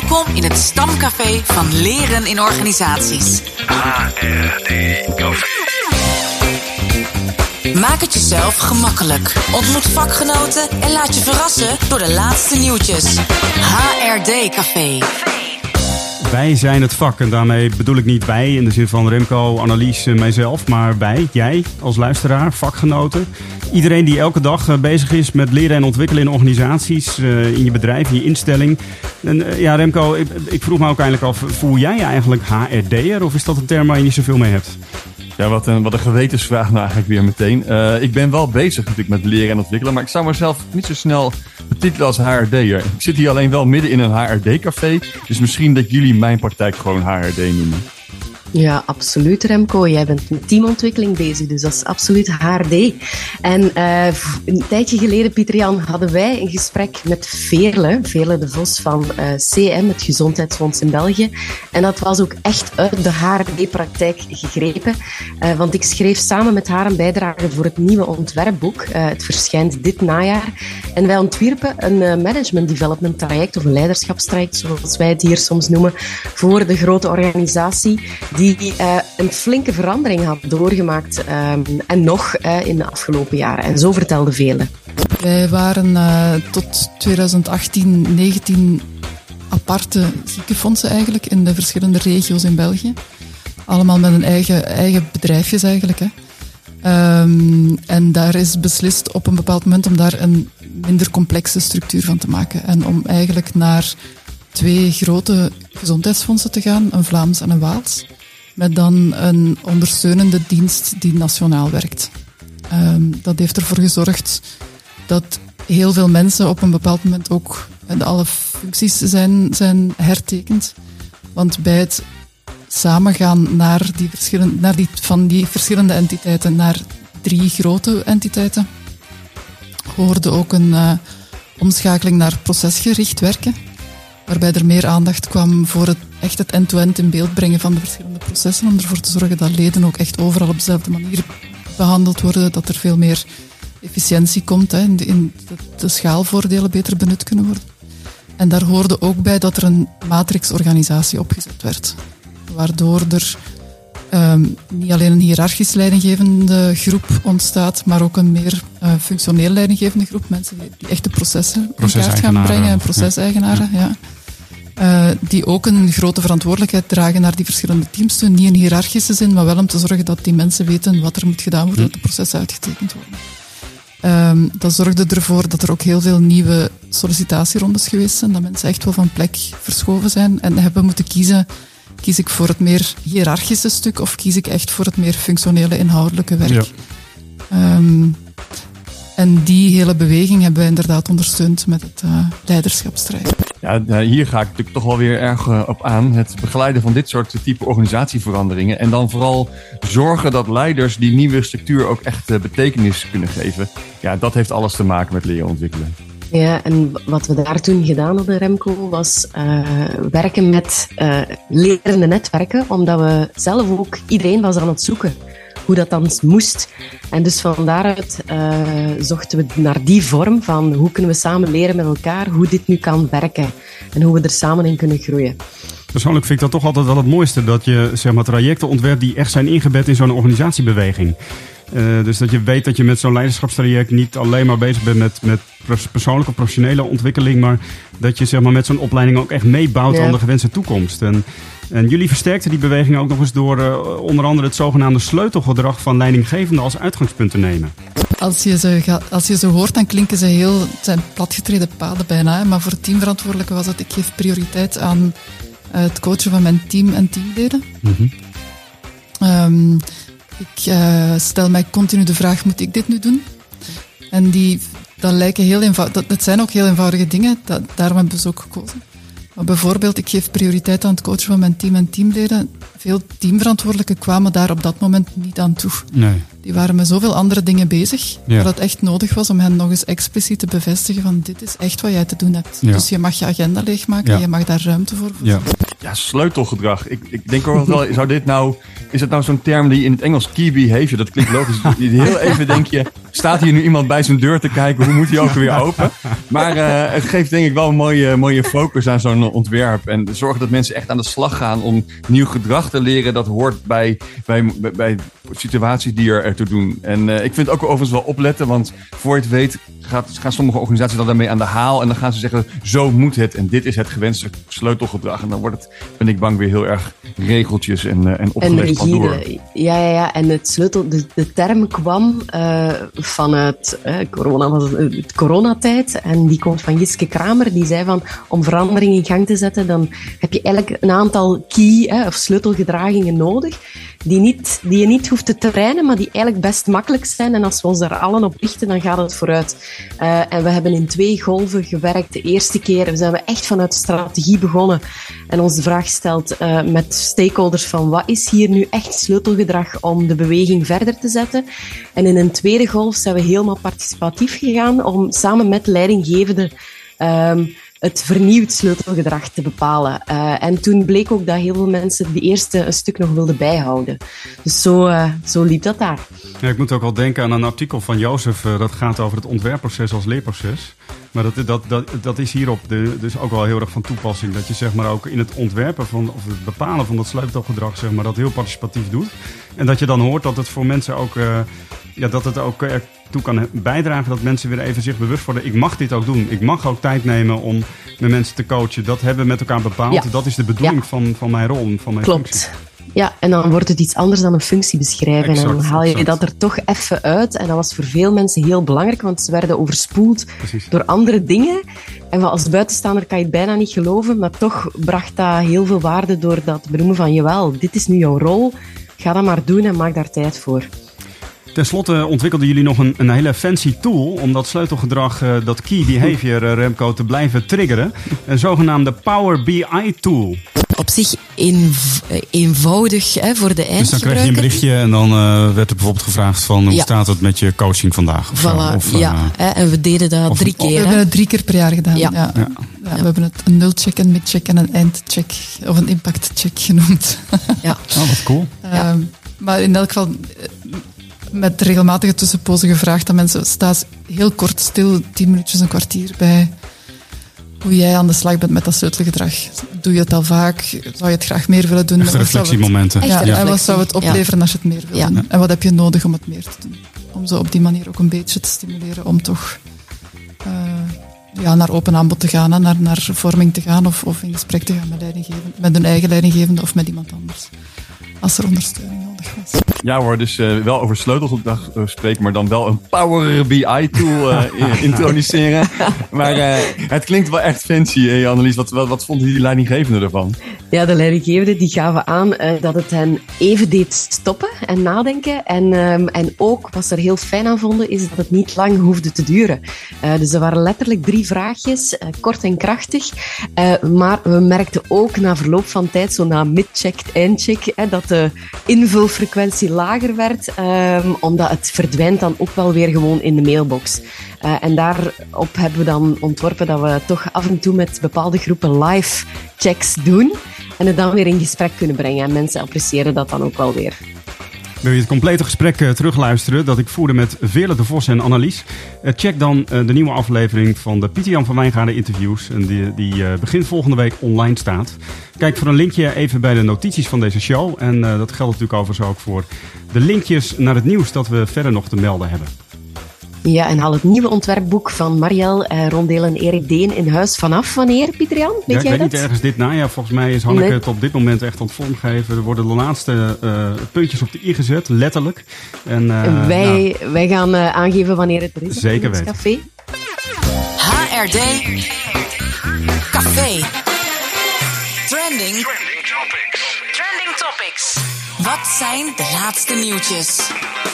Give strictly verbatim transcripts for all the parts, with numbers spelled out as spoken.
Welkom in het stamcafé van Leren in Organisaties. H R D Café. Maak het jezelf gemakkelijk. Ontmoet vakgenoten en laat je verrassen door de laatste nieuwtjes. H R D Café. Wij zijn het vak en daarmee bedoel ik niet wij in de zin van Remco, Annelies, mijzelf, maar wij, jij als luisteraar, vakgenoten. Iedereen die elke dag bezig is met leren en ontwikkelen in organisaties, in je bedrijf, in je instelling. En ja, Remco, ik, ik vroeg me ook eigenlijk af, voel jij je eigenlijk H R D'er of is dat een term waar je niet zoveel mee hebt? Ja, wat een, wat een gewetensvraag nou eigenlijk weer meteen. Uh, ik ben wel bezig natuurlijk met leren en ontwikkelen, maar ik zou mezelf niet zo snel betitelen als H R D'er. Ik zit hier alleen wel midden in een H R D-café, dus misschien dat jullie mijn praktijk gewoon H R D noemen. Ja, absoluut Remco. Jij bent met teamontwikkeling bezig, dus dat is absoluut H R D. En uh, een tijdje geleden, Pieter-Jan, hadden wij een gesprek met Veerle, Veerle de Vos van uh, C M, het Gezondheidsfonds in België. En dat was ook echt uit de H R D-praktijk gegrepen, uh, want ik schreef samen met haar een bijdrage voor het nieuwe ontwerpboek. Uh, het verschijnt dit najaar. En wij ontwierpen een uh, management development traject, of een leiderschapstraject, zoals wij het hier soms noemen, voor de grote organisatie, die uh, een flinke verandering had doorgemaakt uh, en nog uh, in de afgelopen jaren. En zo vertelden velen. Wij waren uh, tot twintig achttien, negentien aparte ziekenfondsen eigenlijk in de verschillende regio's in België. Allemaal met een eigen, eigen bedrijfjes eigenlijk. Hè. Um, en daar is beslist op een bepaald moment om daar een minder complexe structuur van te maken. En om eigenlijk naar twee grote gezondheidsfondsen te gaan, een Vlaams en een Waals. Met dan een ondersteunende dienst die nationaal werkt. Um, dat heeft ervoor gezorgd dat heel veel mensen op een bepaald moment ook de alle functies zijn, zijn hertekend. Want bij het samengaan naar die verschillende, naar die, van die verschillende entiteiten naar drie grote entiteiten hoorde ook een uh, omschakeling naar procesgericht werken. Waarbij er meer aandacht kwam voor het, echt het end-to-end in beeld brengen van de verschillende processen. Om ervoor te zorgen dat leden ook echt overal op dezelfde manier behandeld worden. Dat er veel meer efficiëntie komt, hè, in, de, in de, de schaalvoordelen beter benut kunnen worden. En daar hoorde ook bij dat er een matrixorganisatie opgezet werd. Waardoor er um, niet alleen een hiërarchisch leidinggevende groep ontstaat, maar ook een meer uh, functioneel leidinggevende groep. Mensen die, die echt de processen in kaart gaan brengen en proceseigenaren. Ja. Ja. Uh, die ook een grote verantwoordelijkheid dragen naar die verschillende teams toe. Niet in hiërarchische zin, maar wel om te zorgen dat die mensen weten wat er moet gedaan worden, dat de processen uitgetekend worden. Um, dat zorgde ervoor dat er ook heel veel nieuwe sollicitatierondes geweest zijn. Dat mensen echt wel van plek verschoven zijn en hebben moeten kiezen. Kies ik voor het meer hiërarchische stuk of kies ik echt voor het meer functionele, inhoudelijke werk? Ja. Um, en die hele beweging hebben wij inderdaad ondersteund met het uh, leiderschapstraject. Ja, hier ga ik natuurlijk toch wel weer erg uh, op aan. Het begeleiden van dit soort type organisatieveranderingen. En dan vooral zorgen dat leiders die nieuwe structuur ook echt uh, betekenis kunnen geven. Ja, dat heeft alles te maken met leren ontwikkelen. Ja, en wat we daar toen gedaan hadden, Remco, was uh, werken met uh, lerende netwerken, omdat we zelf ook, iedereen was aan het zoeken hoe dat dan moest. En dus van daaruit uh, zochten we naar die vorm van hoe kunnen we samen leren met elkaar, hoe dit nu kan werken en hoe we er samen in kunnen groeien. Persoonlijk vind ik dat toch altijd wel het mooiste, dat je zeg maar, trajecten ontwerpt die echt zijn ingebed in zo'n organisatiebeweging. Uh, dus dat je weet dat je met zo'n leiderschapstraject niet alleen maar bezig bent met, met persoonlijke of professionele ontwikkeling, maar dat je zeg maar, met zo'n opleiding ook echt meebouwt ja. aan de gewenste toekomst. En, en jullie versterkten die beweging ook nog eens door uh, onder andere het zogenaamde sleutelgedrag van leidinggevenden als uitgangspunt te nemen. Als je ze, ga, als je ze hoort, dan klinken ze heel, het zijn platgetreden paden bijna, maar voor teamverantwoordelijke was het, ik geef prioriteit aan uh, het coachen van mijn team en teamleden. Mm-hmm. Um, Ik uh, stel mij continu de vraag, moet ik dit nu doen? En die, dat lijken heel eenvoudig, dat, dat zijn ook heel eenvoudige dingen, dat, daarom hebben we ze ook gekozen. Maar bijvoorbeeld, ik geef prioriteit aan het coachen van mijn team en teamleden. Veel teamverantwoordelijken kwamen daar op dat moment niet aan toe. Nee. Die waren met zoveel andere dingen bezig, ja. dat het echt nodig was om hen nog eens expliciet te bevestigen van dit is echt wat jij te doen hebt. Ja. Dus je mag je agenda leegmaken, ja. je mag daar ruimte voor ja. ja, sleutelgedrag. Ik, ik denk ook wel, zou dit nou, is het nou zo'n term die in het Engels key behavior, dat klinkt logisch. Heel even denk je, staat hier nu iemand bij zijn deur te kijken, hoe moet hij ook weer open? Maar uh, het geeft denk ik wel een mooie, mooie focus aan zo'n ontwerp. En zorgt dat mensen echt aan de slag gaan om nieuw gedrag te leren. Dat hoort bij, bij, bij situaties die er ertoe doen. En uh, ik vind het ook overigens wel opletten, want voor je het weet gaat, gaan sommige organisaties dan daarmee aan de haal. En dan gaan ze zeggen, zo moet het. En dit is het gewenste sleutelgedrag. En dan wordt het, ben ik bang, weer heel erg regeltjes en, uh, en opgelegd van door. Ja, ja, ja. En het sleutel, de, de term kwam uh, van het, uh, corona, was het, het coronatijd. En die komt van Jiske Kramer. Die zei van, om verandering in gang te zetten, dan heb je eigenlijk een aantal key hè, of sleutelgedragingen nodig. Die, niet, die je niet hoeft te trainen, maar die eigenlijk best makkelijk zijn. En als we ons daar allen op richten, dan gaat het vooruit. Uh, en we hebben in twee golven gewerkt. De eerste keer zijn we echt vanuit strategie begonnen. En ons de vraag gesteld uh, met stakeholders van wat is hier nu echt sleutelgedrag om de beweging verder te zetten. En in een tweede golf zijn we helemaal participatief gegaan om samen met leidinggevenden um, het vernieuwd sleutelgedrag te bepalen. Uh, en toen bleek ook dat heel veel mensen die eerste een stuk nog wilden bijhouden. Dus zo, uh, zo liep dat daar. Ja, ik moet ook al denken aan een artikel van Jozef. Uh, dat gaat over het ontwerpproces als leerproces. Maar dat, dat, dat, dat is hierop de, dus ook wel heel erg van toepassing. Dat je zeg maar ook in het ontwerpen van, of het bepalen van dat sleutelgedrag zeg maar, dat heel participatief doet. En dat je dan hoort dat het voor mensen ook, uh, ja, dat het ook ertoe kan bijdragen dat mensen weer even zich bewust worden. Ik mag dit ook doen. Ik mag ook tijd nemen om met mensen te coachen. Dat hebben we met elkaar bepaald. Ja. Dat is de bedoeling ja. van, van mijn rol, van mijn Klopt. functie. Ja, en dan wordt het iets anders dan een functie beschrijven. Exact, en dan haal je exact. dat er toch even uit. En dat was voor veel mensen heel belangrijk, want ze werden overspoeld Precies. door andere dingen. En als buitenstaander kan je het bijna niet geloven, maar toch bracht dat heel veel waarde door dat benoemen van, jawel, dit is nu jouw rol. Ga dat maar doen en maak daar tijd voor. Ten slotte ontwikkelden jullie nog een, een hele fancy tool om dat sleutelgedrag, uh, dat key behavior, uh, Remco, te blijven triggeren. Een zogenaamde Power B I tool. Op zich eenv- eenvoudig hè, voor de eindgebruiker. Dus dan krijg je een berichtje en dan uh, werd er bijvoorbeeld gevraagd van hoe ja. staat het met je coaching vandaag? Of voilà, of, uh, ja. Hè, en we deden dat of, drie keer. We hè? hebben het drie keer per jaar gedaan. Ja. Ja. Ja. Ja, we hebben het een nulcheck, een midcheck en een eindcheck. Of een impactcheck genoemd. Ja. Oh, wat cool. Ja. Um, maar in elk geval met regelmatige tussenpozen gevraagd aan mensen, sta heel kort stil, tien minuutjes, een kwartier bij hoe jij aan de slag bent met dat sleutelgedrag. Doe je het al vaak? Zou je het graag meer willen doen? Echt reflectiemomenten. Ja, reflectie. En wat zou het opleveren ja. als je het meer wil ja. doen? En wat heb je nodig om het meer te doen? Om zo op die manier ook een beetje te stimuleren om toch uh, ja, naar open aanbod te gaan, naar, naar vorming te gaan of, of in gesprek te gaan met leidinggevende, met hun eigen leidinggevende of met iemand anders. Als er ondersteuning nodig was. Ja hoor, dus uh, wel over sleutelgedrag uh, spreken, maar dan wel een Power B I tool uh, introduceren. Maar uh, het klinkt wel echt fancy, hè, Annelies. Wat, wat, wat vonden die leidinggevenden ervan? Ja, de leidinggevenden die gaven aan uh, dat het hen even deed stoppen en nadenken. En, um, en ook, wat ze er heel fijn aan vonden, is dat het niet lang hoefde te duren. Uh, dus er waren letterlijk drie vraagjes, uh, kort en krachtig. Uh, maar we merkten ook na verloop van tijd, zo na mid-check, eindcheck, uh, dat de invulfrequentie lager werd, um, omdat het verdwijnt dan ook wel weer gewoon in de mailbox. Uh, en daarop hebben we dan ontworpen dat we toch af en toe met bepaalde groepen live checks doen en het dan weer in gesprek kunnen brengen. En mensen appreciëren dat dan ook wel weer. Wil je het complete gesprek uh, terugluisteren dat ik voerde met Veerle de Vos en Annelies? Uh, check dan uh, de nieuwe aflevering van de Pieter Jan van Wijngaarden interviews. En die, die uh, begin volgende week online staat. Kijk voor een linkje even bij de notities van deze show. En uh, dat geldt natuurlijk overigens ook voor de linkjes naar het nieuws dat we verder nog te melden hebben. Ja, en haal het nieuwe ontwerpboek van Marielle uh, Rondeel en Erik Deen in huis vanaf wanneer, Pieter Jan? Weet ja, ik jij weet dat? niet ergens dit najaar. Volgens mij is Hanneke nee. het op dit moment echt aan het vormgeven. Er worden de laatste uh, puntjes op de i gezet, letterlijk. En, uh, wij, nou, wij gaan uh, aangeven wanneer het er is. Zeker in het weten. café. H R D Café. Trending. Trending topics. Trending topics. Wat zijn de laatste nieuwtjes?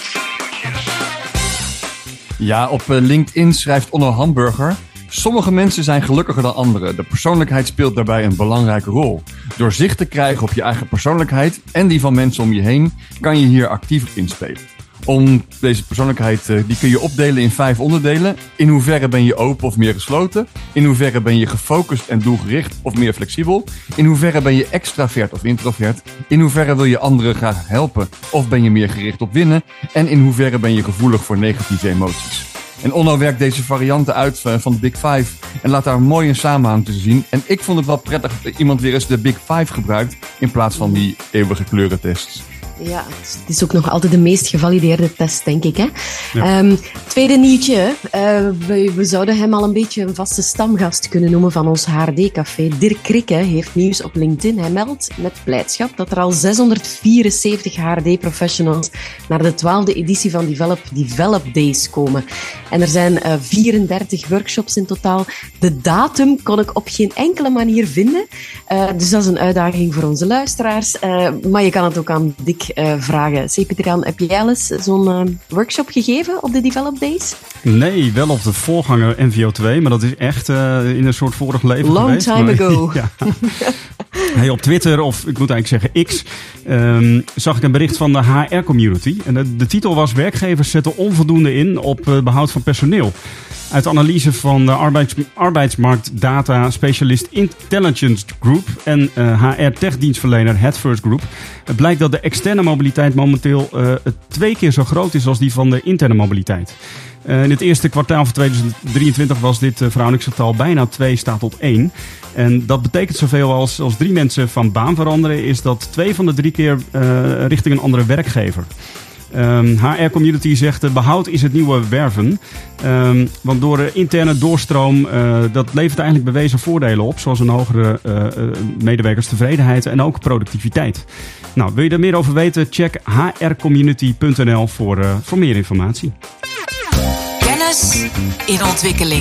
Ja, op LinkedIn schrijft Onno Hamburger: sommige mensen zijn gelukkiger dan anderen. De persoonlijkheid speelt daarbij een belangrijke rol. Door zicht te krijgen op je eigen persoonlijkheid en die van mensen om je heen, kan je hier actief op inspelen. om deze persoonlijkheid, uh, die kun je opdelen in vijf onderdelen. In hoeverre ben je open of meer gesloten? In hoeverre ben je gefocust en doelgericht of meer flexibel? In hoeverre ben je extravert of introvert? In hoeverre wil je anderen graag helpen of ben je meer gericht op winnen? En in hoeverre ben je gevoelig voor negatieve emoties? En Onno werkt deze varianten uit van de Big Five en laat daar een mooie samenhang tussen zien. En ik vond het wel prettig dat iemand weer eens de Big Five gebruikt in plaats van die eeuwige kleurentests. Ja, het is ook nog altijd de meest gevalideerde test, denk ik. Hè? Ja. Um, tweede nieuwtje. Uh, we, we zouden hem al een beetje een vaste stamgast kunnen noemen van ons H R D-café. Dirk Krikke heeft nieuws op LinkedIn. Hij meldt met blijdschap dat er al zeshonderdvierenzeventig H R D-professionals naar de twaalfde editie van Develop Develop Days komen. En er zijn uh, vierendertig workshops in totaal. De datum kon ik op geen enkele manier vinden. Uh, dus dat is een uitdaging voor onze luisteraars. Uh, maar je kan het ook aan Dick Uh, vragen. Zeg, Pieter-Jan, heb jij al eens zo'n uh, workshop gegeven op de Develop Days? Nee, wel op de voorganger N V O twee, maar dat is echt uh, in een soort vorig leven Long geweest. Long time maar, ago. Ja. Hey, op Twitter, of ik moet eigenlijk zeggen X, um, zag ik een bericht van de H R-community. En de, de titel was: werkgevers zetten onvoldoende in op uh, behoud van personeel. Uit analyse van de arbeids, arbeidsmarktdata specialist Intelligence Group en uh, H R-techdienstverlener Headfirst Group blijkt dat de externe mobiliteit momenteel uh, twee keer zo groot is als die van de interne mobiliteit. Uh, in het eerste kwartaal van tweeduizend drieëntwintig was dit uh, verhoudingsgetal bijna twee staat tot één. En dat betekent zoveel als, als drie mensen van baan veranderen, is dat twee van de drie keer uh, richting een andere werkgever. Um, H R-community zegt uh, behoud is het nieuwe werven. Um, want door uh, interne doorstroom, uh, dat levert eigenlijk bewezen voordelen op. Zoals een hogere uh, uh, medewerkerstevredenheid en ook productiviteit. Nou, wil je er meer over weten? Check h r community punt n l voor, uh, voor meer informatie. Kennis in ontwikkeling.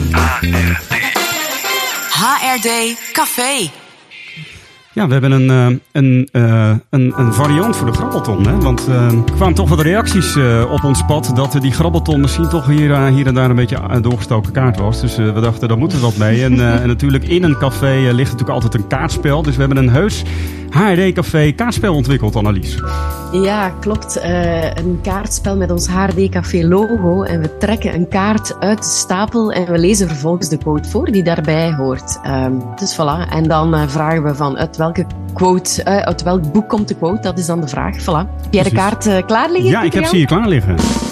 H R D Café. Ja, we hebben een, uh, een, uh, een, een variant voor de grabbelton. Hè? Want uh, er kwamen toch wat reacties uh, op ons pad dat uh, die grabbelton misschien toch hier, uh, hier en daar een beetje uh, doorgestoken kaart was. Dus uh, we dachten, daar moeten we wat mee. En, uh, en natuurlijk in een café uh, ligt natuurlijk altijd een kaartspel. Dus we hebben een heus H R D-café kaartspel ontwikkeld, Annelies. Ja, klopt. Uh, een kaartspel met ons H R D-café logo. En we trekken een kaart uit de stapel en we lezen vervolgens de quote voor die daarbij hoort. Um, dus voilà. En dan uh, vragen we van uit welke quote, uh, uit welk boek komt de quote? Dat is dan de vraag. Voilà. Heb jij de kaart uh, klaar liggen? Ja, ik heb ze hier klaar liggen.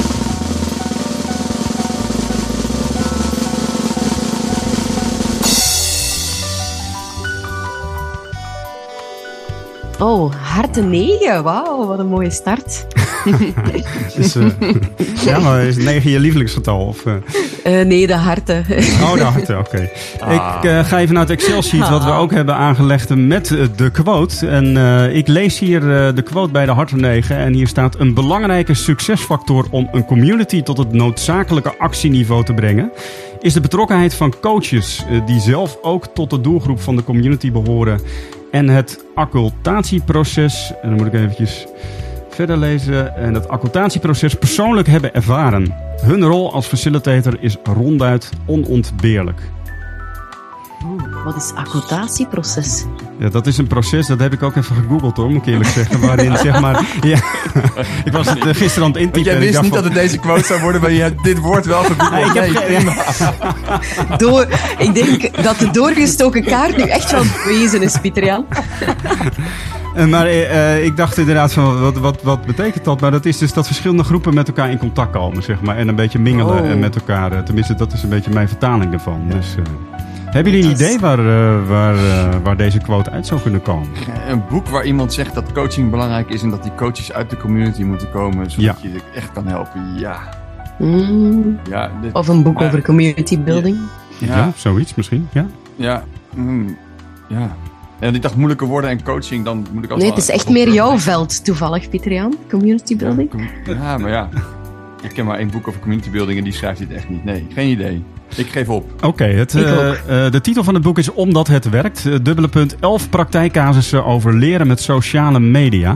Oh, harten negen. Wauw, wat een mooie start. is, uh, ja, maar is negen je lievelingsgetal? Of, uh... Uh, nee, de harten. Oh, de harten, oké. Okay. Ah. Ik uh, ga even naar het Excel-sheet ah. wat we ook hebben aangelegd met uh, de quote. En uh, ik lees hier uh, de quote bij de harten negen. En hier staat: een belangrijke succesfactor om een community tot het noodzakelijke actieniveau te brengen is de betrokkenheid van coaches uh, die zelf ook tot de doelgroep van de community behoren. En het accultatieproces, en dan moet ik eventjes verder lezen, en het accultatieproces persoonlijk hebben ervaren. Hun rol als facilitator is ronduit onontbeerlijk. Oh, wat is accultatieproces? Ja, dat is een proces, dat heb ik ook even gegoogeld hoor, moet ik eerlijk zeggen. Waarin zeg maar, ja, ik was het gisteren aan het intypen. Want jij wist niet van, dat het deze quote zou worden, maar je hebt dit woord wel gegoogeld. Ja, ik, heb nee, ja. Door, ik denk dat de doorgestoken kaart nu echt wel bewezen is, Pieter-Jan. Maar uh, ik dacht inderdaad van, wat, wat, wat betekent dat? Maar dat is dus dat verschillende groepen met elkaar in contact komen, zeg maar. En een beetje mingelen oh. met elkaar. Tenminste, dat is een beetje mijn vertaling daarvan. Ja. Dus, uh, hebben jullie een idee waar, uh, waar, uh, waar deze quote uit zou kunnen komen? Een boek waar iemand zegt dat coaching belangrijk is en dat die coaches uit de community moeten komen, zodat ja. je je echt kan helpen. Ja. Mm. ja dit, of een boek maar, over community building. Ja, ja, ja zoiets misschien. Ja. Ja. Mm, ja. En ik dacht moeilijke woorden en coaching, dan moet ik ook. Nee, het is echt meer jouw veld toevallig, Pieter-Jan. Community building. Ja, com- ja, maar ja. Ik ken maar één boek over community building en die schrijft dit echt niet. Nee, geen idee. Ik geef op. Oké, okay, uh, uh, de titel van het boek is Omdat het werkt. Uh, dubbele punt elf praktijkcasussen over leren met sociale media.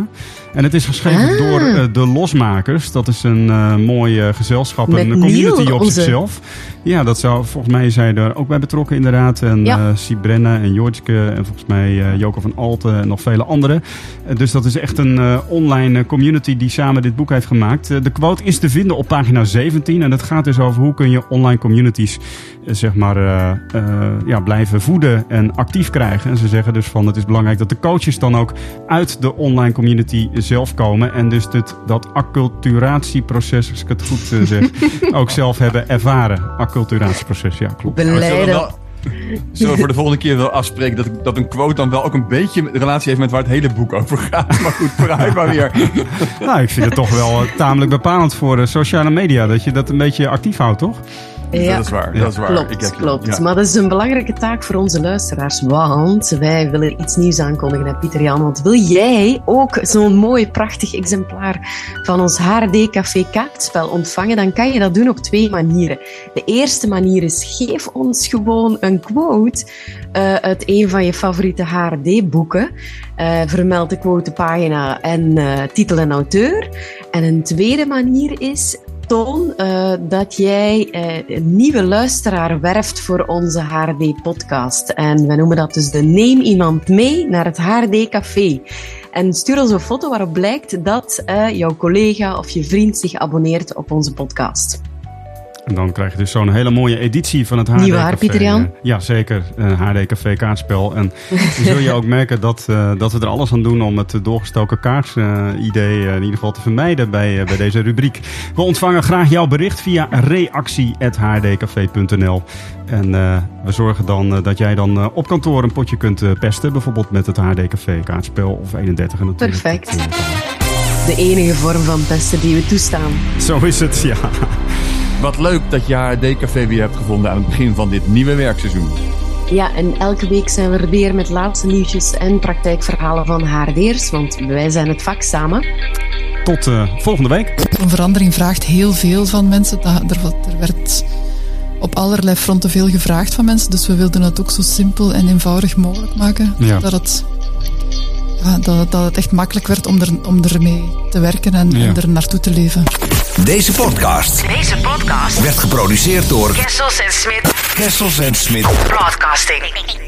En het is geschreven Ah. door uh, de Losmakers. Dat is een uh, mooi uh, gezelschap en Met een community Niel, op onze... zichzelf. Ja, dat zou, volgens mij zijn er ook bij betrokken inderdaad. En ja. uh, Sibrenna en Jortske en volgens mij uh, Joko van Alten en nog vele anderen. Uh, dus dat is echt een uh, online community die samen dit boek heeft gemaakt. Uh, de quote is te vinden op pagina zeventien. En het gaat dus over hoe kun je online communities uh, zeg maar, uh, uh, ja, blijven voeden en actief krijgen. En ze zeggen dus van het is belangrijk dat de coaches dan ook uit de online community zelf komen. En dus dit, dat acculturatieproces, als ik het goed uh, zeg, ook zelf hebben ervaren. Acculturatieproces, ja, klopt. Beleiden. Zullen we voor de volgende keer wel afspreken dat, dat een quote dan wel ook een beetje relatie heeft met waar het hele boek over gaat. Maar goed, vooruit maar weer. Nou, ik vind het toch wel tamelijk bepalend voor uh, sociale media. Dat je dat een beetje actief houdt, toch? Ja, dat is waar. Ja. Dat is waar. Klopt, ik heb, klopt. Ja. Maar dat is een belangrijke taak voor onze luisteraars. Want wij willen iets nieuws aankondigen, hè, Pieter-Jan. Want wil jij ook zo'n mooi, prachtig exemplaar van ons H R D Café kaartspel ontvangen, dan kan je dat doen op twee manieren. De eerste manier is, geef ons gewoon een quote uh, uit een van je favoriete H R D-boeken. Uh, vermeld de quotepagina en uh, titel en auteur. En een tweede manier is... Toon uh, dat jij uh, een nieuwe luisteraar werft voor onze H R D-podcast. En we noemen dat dus de Neem Iemand Mee naar het H R D-café. En stuur ons een foto waarop blijkt dat uh, jouw collega of je vriend zich abonneert op onze podcast. En dan krijg je dus zo'n hele mooie editie van het H R D Niet waar, Café. Pieter-Jan? Ja, zeker. Een H R D Café kaartspel. En dan zul je ook merken dat, uh, dat we er alles aan doen om het doorgestoken kaars-idee uh, in ieder geval te vermijden bij, uh, bij deze rubriek. We ontvangen graag jouw bericht via reactie at h r d café punt n l. En uh, we zorgen dan uh, dat jij dan uh, op kantoor een potje kunt uh, pesten. Bijvoorbeeld met het H R D Café kaartspel of eenendertig. En natuurlijk. Perfect. De enige vorm van pesten die we toestaan. Zo is het, ja. Wat leuk dat je H R D-café weer hebt gevonden aan het begin van dit nieuwe werkseizoen. Ja, en elke week zijn we er weer met laatste nieuwtjes en praktijkverhalen van H R D'ers, want wij zijn het vak samen. Tot uh, volgende week. Zo'n verandering vraagt heel veel van mensen. Er, er werd op allerlei fronten veel gevraagd van mensen, dus we wilden het ook zo simpel en eenvoudig mogelijk maken. Ja. Dat het... Ja, dat, dat het echt makkelijk werd om, er, om ermee te werken en, ja. en er naartoe te leven. Deze podcast, Deze podcast werd geproduceerd door Kessels en Smit Kessels en Smit Broadcasting.